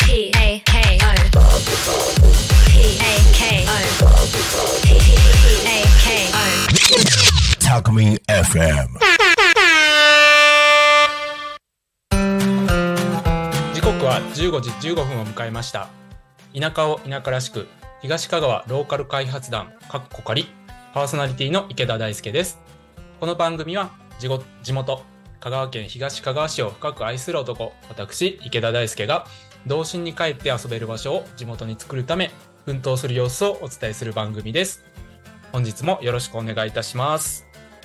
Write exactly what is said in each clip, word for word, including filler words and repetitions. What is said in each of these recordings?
P A K O P A K O P A K O タクミン エフエム。 時刻はじゅうごじじゅうごふんを迎えました。田舎を田舎らしく、東香川ローカル開発団かっこかりパーソナリティの池田大輔です。この番組は地ご地元香川県東香川市を深く愛する男、私池田大輔が童心に帰って遊べる場所を地元に作るため奮闘する様子をお伝えする番組です。本日もよろしくお願いいたします。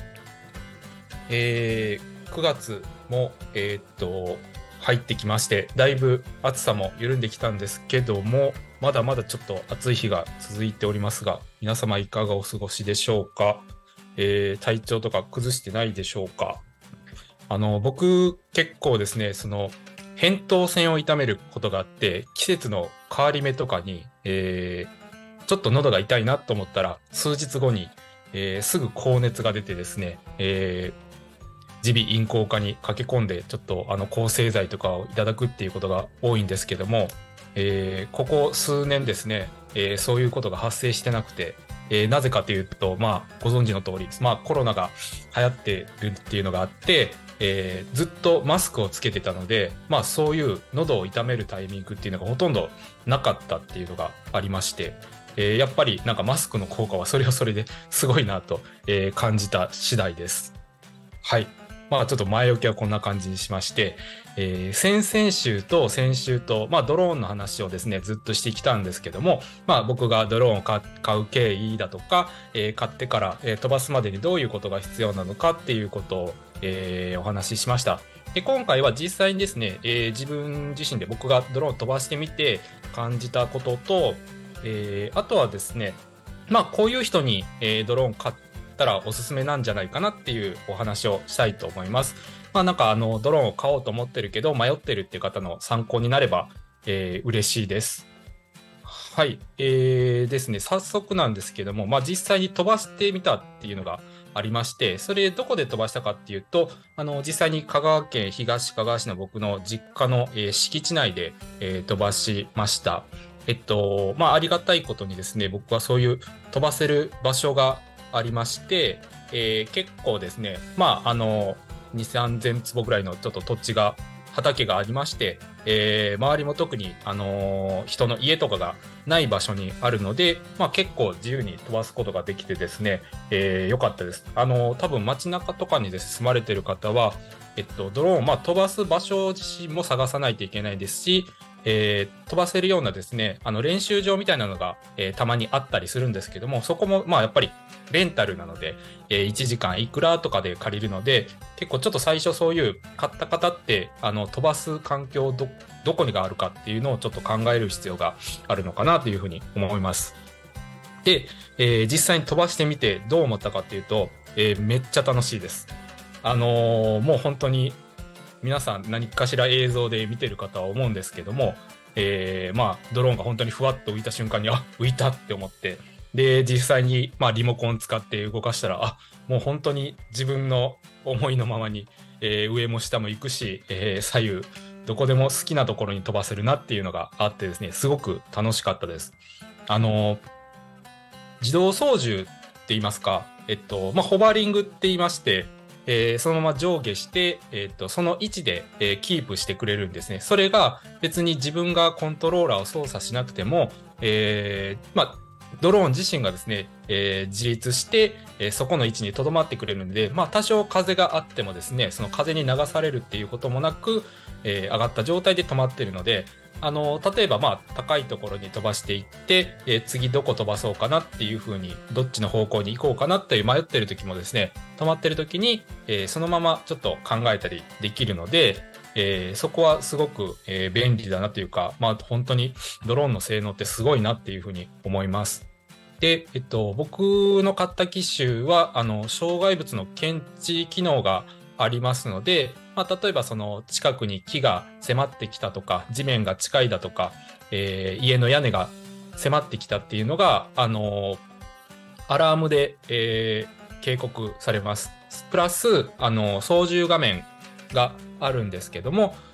えー、くがつもえー、っと入ってきまして、だいぶ暑さも緩んできたんですけども、まだまだちょっと暑い日が続いておりますが、皆様いかがお過ごしでしょうか。えー、体調とか崩してないでしょうか。あの僕結構ですね、その扁桃腺を痛めることがあって、季節の変わり目とかに、えー、ちょっと喉が痛いなと思ったら数日後に、えー、すぐ高熱が出てですね、えー、耳鼻咽喉科に駆け込んでちょっとあの抗生剤とかをいただくっていうことが多いんですけども、えー、ここ数年ですね、えー、そういうことが発生してなくて、えー、なぜかというと、まあご存知の通り、まあコロナが流行ってるっていうのがあって、えー、ずっとマスクをつけてたので、まあそういう喉を痛めるタイミングっていうのがほとんどなかったっていうのがありまして、えー、やっぱりなんかマスクの効果はそれはそれですごいなと、えー、感じた次第です。はい。まあちょっと前置きはこんな感じにしまして、えー、先々週と先週と、まあドローンの話をですね、ずっとしてきたんですけども、まあ僕がドローンを買う経緯だとか、えー、買ってから、えー、飛ばすまでにどういうことが必要なのかっていうことを、えー、お話ししました。で、今回は実際にですね、えー、自分自身で僕がドローンを飛ばしてみて感じたことと、えー、あとはですね、まあこういう人に、えー、ドローン買ってたらおすすめなんじゃないかなっていうお話をしたいと思います。まあなんかあのドローンを買おうと思ってるけど迷ってるっていう方の参考になれば、えー、嬉しいです。はい、えー、ですね、早速なんですけども、まあ実際に飛ばしてみたっていうのがありまして、それどこで飛ばしたかっていうと、あの実際に香川県東香川市の僕の実家の、えー、敷地内で、えー、飛ばしました。えっとまあありがたいことにですね、僕はそういう飛ばせる場所がありまして、えー、結構ですね、まああのにせんさんぜんつぼぐらいのちょっと土地が畑がありまして、えー、周りも特に、あのー、人の家とかがない場所にあるので、まあ、結構自由に飛ばすことができてですね、えー、よかったです。あのー、多分街中とかにです、ね、住まれてる方は、えっと、ドローン、まあ、飛ばす場所自身も探さないといけないですし、えー、飛ばせるようなですね、あの練習場みたいなのが、えー、たまにあったりするんですけども、そこもまあやっぱりレンタルなので、えー、いちじかんいくらとかで借りるので、結構ちょっと最初そういう買った方ってあの飛ばす環境 ど, どこにがあるかっていうのをちょっと考える必要があるのかなというふうに思います。で、えー、実際に飛ばしてみてどう思ったかっていうと、えー、めっちゃ楽しいです。あのー、もう本当に皆さん何かしら映像で見てる方は思うんですけども、えー、まあドローンが本当にふわっと浮いた瞬間にあ浮いたって思って、で実際にまあリモコン使って動かしたらあもう本当に自分の思いのままに、えー、上も下も行くし、えー、左右どこでも好きなところに飛ばせるなっていうのがあってですね、すごく楽しかったです。あの自動操縦って言いますか、えっとまあホバーリングって言いまして、えー、そのまま上下して、えー、とその位置で、えー、キープしてくれるんですね。それが別に自分がコントローラーを操作しなくても、えー、まあドローン自身がですね、えー、自立して、えー、そこの位置に留まってくれるので、まあ多少風があってもですね、その風に流されるっていうこともなく、えー、上がった状態で止まっているので、あの例えばまあ高いところに飛ばしていって、えー、次どこ飛ばそうかなっていう風にどっちの方向に行こうかなっていう迷ってる時もですね、止まってる時に、えー、そのままちょっと考えたりできるので、えー、そこはすごく、えー、便利だなというか、まあ本当にドローンの性能ってすごいなっていう風に思います。で、えっと、僕の買った機種はあの障害物の検知機能がありますので、まあ、例えばその近くに木が迫ってきたとか地面が近いだとか、えー、家の屋根が迫ってきたっていうのが、あのー、アラームで、えー、警告されます。プラス、あのー、操縦画面があるんですけども、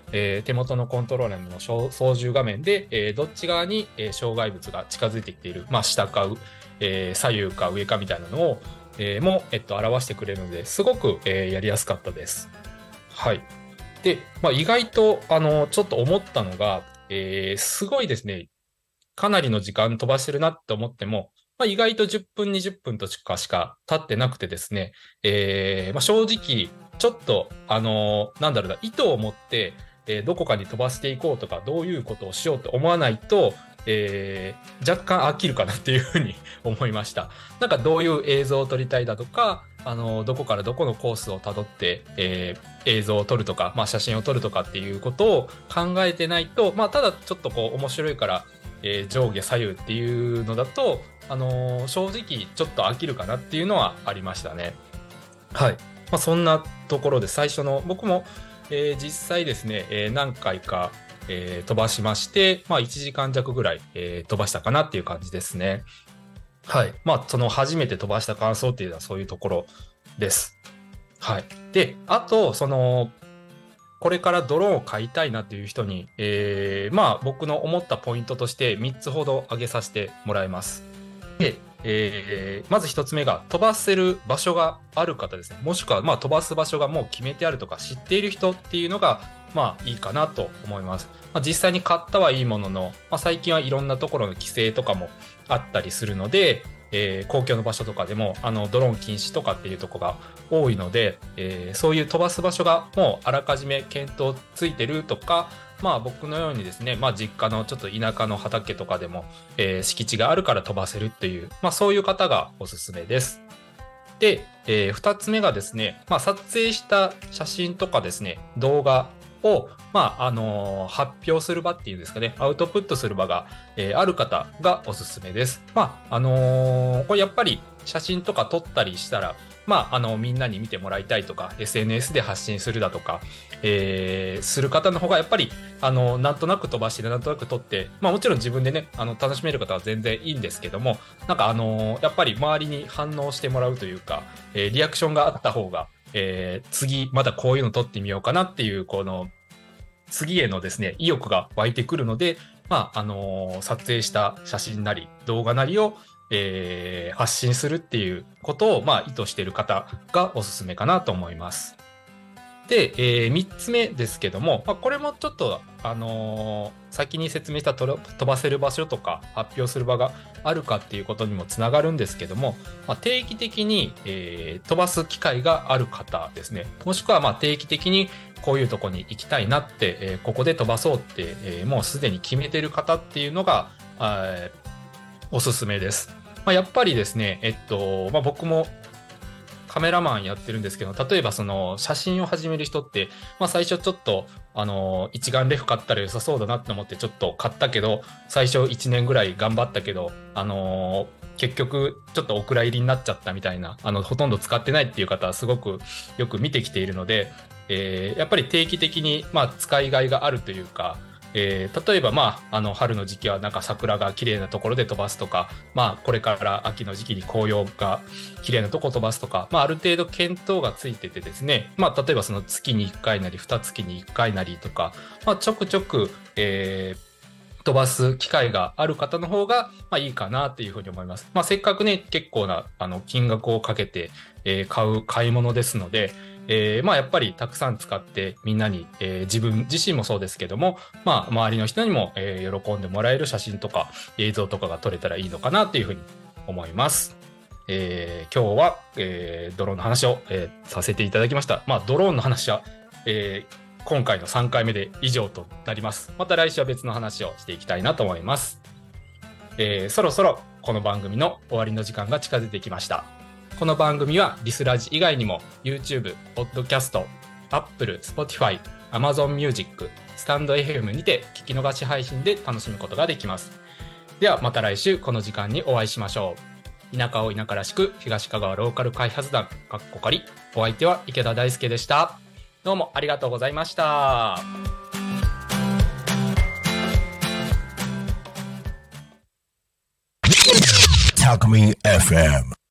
えー手元のコントローラーの操操縦画面で、えーどっち側に、えー障害物が近づいてきている、まあ、下か、えー左右か上かみたいなのを、えーも、えっと、表してくれるのですごく、えーやりやすかったです。はい。で、まあ、意外と、あの、ちょっと思ったのが、えーすごいですね、かなりの時間飛ばしてるなって思っても、まあ、意外とじゅっぷん、にじゅっぷんとかしか経ってなくてですね、えーまあ、正直、ちょっと、あのーなんだろうな、意図を持って、えーどこかに飛ばしていこうとか、どういうことをしようと思わないと、えー若干飽きるかなっていうふうに思いました。なんかどういう映像を撮りたいだとか、あのーどこからどこのコースをたどって、えー映像を撮るとか、まあ、写真を撮るとかっていうことを考えてないと、まあ、ただちょっとこう面白いから、えー上下左右っていうのだと、あのー正直ちょっと飽きるかなっていうのはありましたね。はい。まあ、そんなところで最初の僕も、えー実際ですね、えー何回か、えー飛ばしまして、まあ、いちじかん弱ぐらい、えー飛ばしたかなっていう感じですね。はい。まあ、その初めて飛ばした感想っていうのはそういうところです。はい。で、あと、その、これからドローンを買いたいなっていう人に、えーまあ僕の思ったポイントとしてみっつほど挙げさせてもらいます。で、えーまずひとつめが飛ばせる場所がある方ですね。もしくはまあ飛ばす場所がもう決めてあるとか知っている人っていうのがまあいいかなと思います。まあ、実際に買ったはいいものの、まあ、最近はいろんなところの規制とかもあったりするので、えー公共の場所とかでもあのドローン禁止とかっていうところが多いので、えーそういう飛ばす場所がもうあらかじめ検討ついてるとか、まあ僕のようにですね、まあ実家のちょっと田舎の畑とかでも、えー敷地があるから飛ばせるっていう、まあそういう方がおすすめです。で、えー、ふたつめがですね、まあ、撮影した写真とかですね、動画を、まあ、あのー発表する場っていうんですかね、アウトプットする場が、えーある方がおすすめです。まあ、あのーこれやっぱり写真とか撮ったりしたら、まあ、あの、みんなに見てもらいたいとか、エスエヌエス で発信するだとか、えーする方の方が、やっぱり、あの、なんとなく飛ばして、なんとなく撮って、まあ、もちろん自分でね、あの、楽しめる方は全然いいんですけども、なんかあのーやっぱり周りに反応してもらうというか、えーリアクションがあった方が、えー次またこういうの撮ってみようかなっていう、この、次へのですね、意欲が湧いてくるので、まあ、あのー撮影した写真なり、動画なりを、えー発信するっていうことを、まあ、意図している方がおすすめかなと思います。で、えー、みっつめですけども、まあ、これもちょっと、あのー先に説明したとろ飛ばせる場所とか発表する場があるかっていうことにもつながるんですけども、まあ、定期的に、えー飛ばす機会がある方ですね。もしくはまあ定期的にこういうとこに行きたいなって、えーここで飛ばそうって、えーもうすでに決めてる方っていうのが、えーおすすめです。まあ、やっぱりですね、えっと、まあ、僕もカメラマンやってるんですけど、例えばその写真を始める人って、まあ最初ちょっと、あの、一眼レフ買ったら良さそうだなって思ってちょっと買ったけど、最初いちねんぐらい頑張ったけど、あの結局ちょっとお蔵入りになっちゃったみたいな、あの、ほとんど使ってないっていう方はすごくよく見てきているので、えーやっぱり定期的に、まあ使いがいがあるというか、えー例えば、まあ、あの春の時期はなんか桜が綺麗なところで飛ばすとか、まあ、これから秋の時期に紅葉が綺麗なところ飛ばすとか、まあ、ある程度検討がついててですね、まあ、例えばその月にいっかいなりにがつにいっかいなりとか、まあ、ちょくちょく、えー飛ばす機会がある方の方が、まあ、いいかなっていうふうに思います。まあ、せっかくね、結構なあの金額をかけて、えー買う買い物ですので、えーまあやっぱりたくさん使ってみんなに、えー自分自身もそうですけども、まあ周りの人にも、えー喜んでもらえる写真とか映像とかが撮れたらいいのかなっていうふうに思います。えー今日は、えードローンの話を、えーさせていただきました。まあドローンの話は、えー今回のさんかいめで以上となります。また来週は別の話をしていきたいなと思います。えーそろそろこの番組の終わりの時間が近づいてきました。この番組はリスラジ以外にも YouTube、Podcast、Apple、Spotify、Amazon Music、スタンド エフエム にて聞き逃し配信で楽しむことができます。ではまた来週この時間にお会いしましょう。田舎を田舎らしく東香川ローカル開発団かっこかり。お相手は池田大輔でした。どうもありがとうございました。 Talk Me エフエム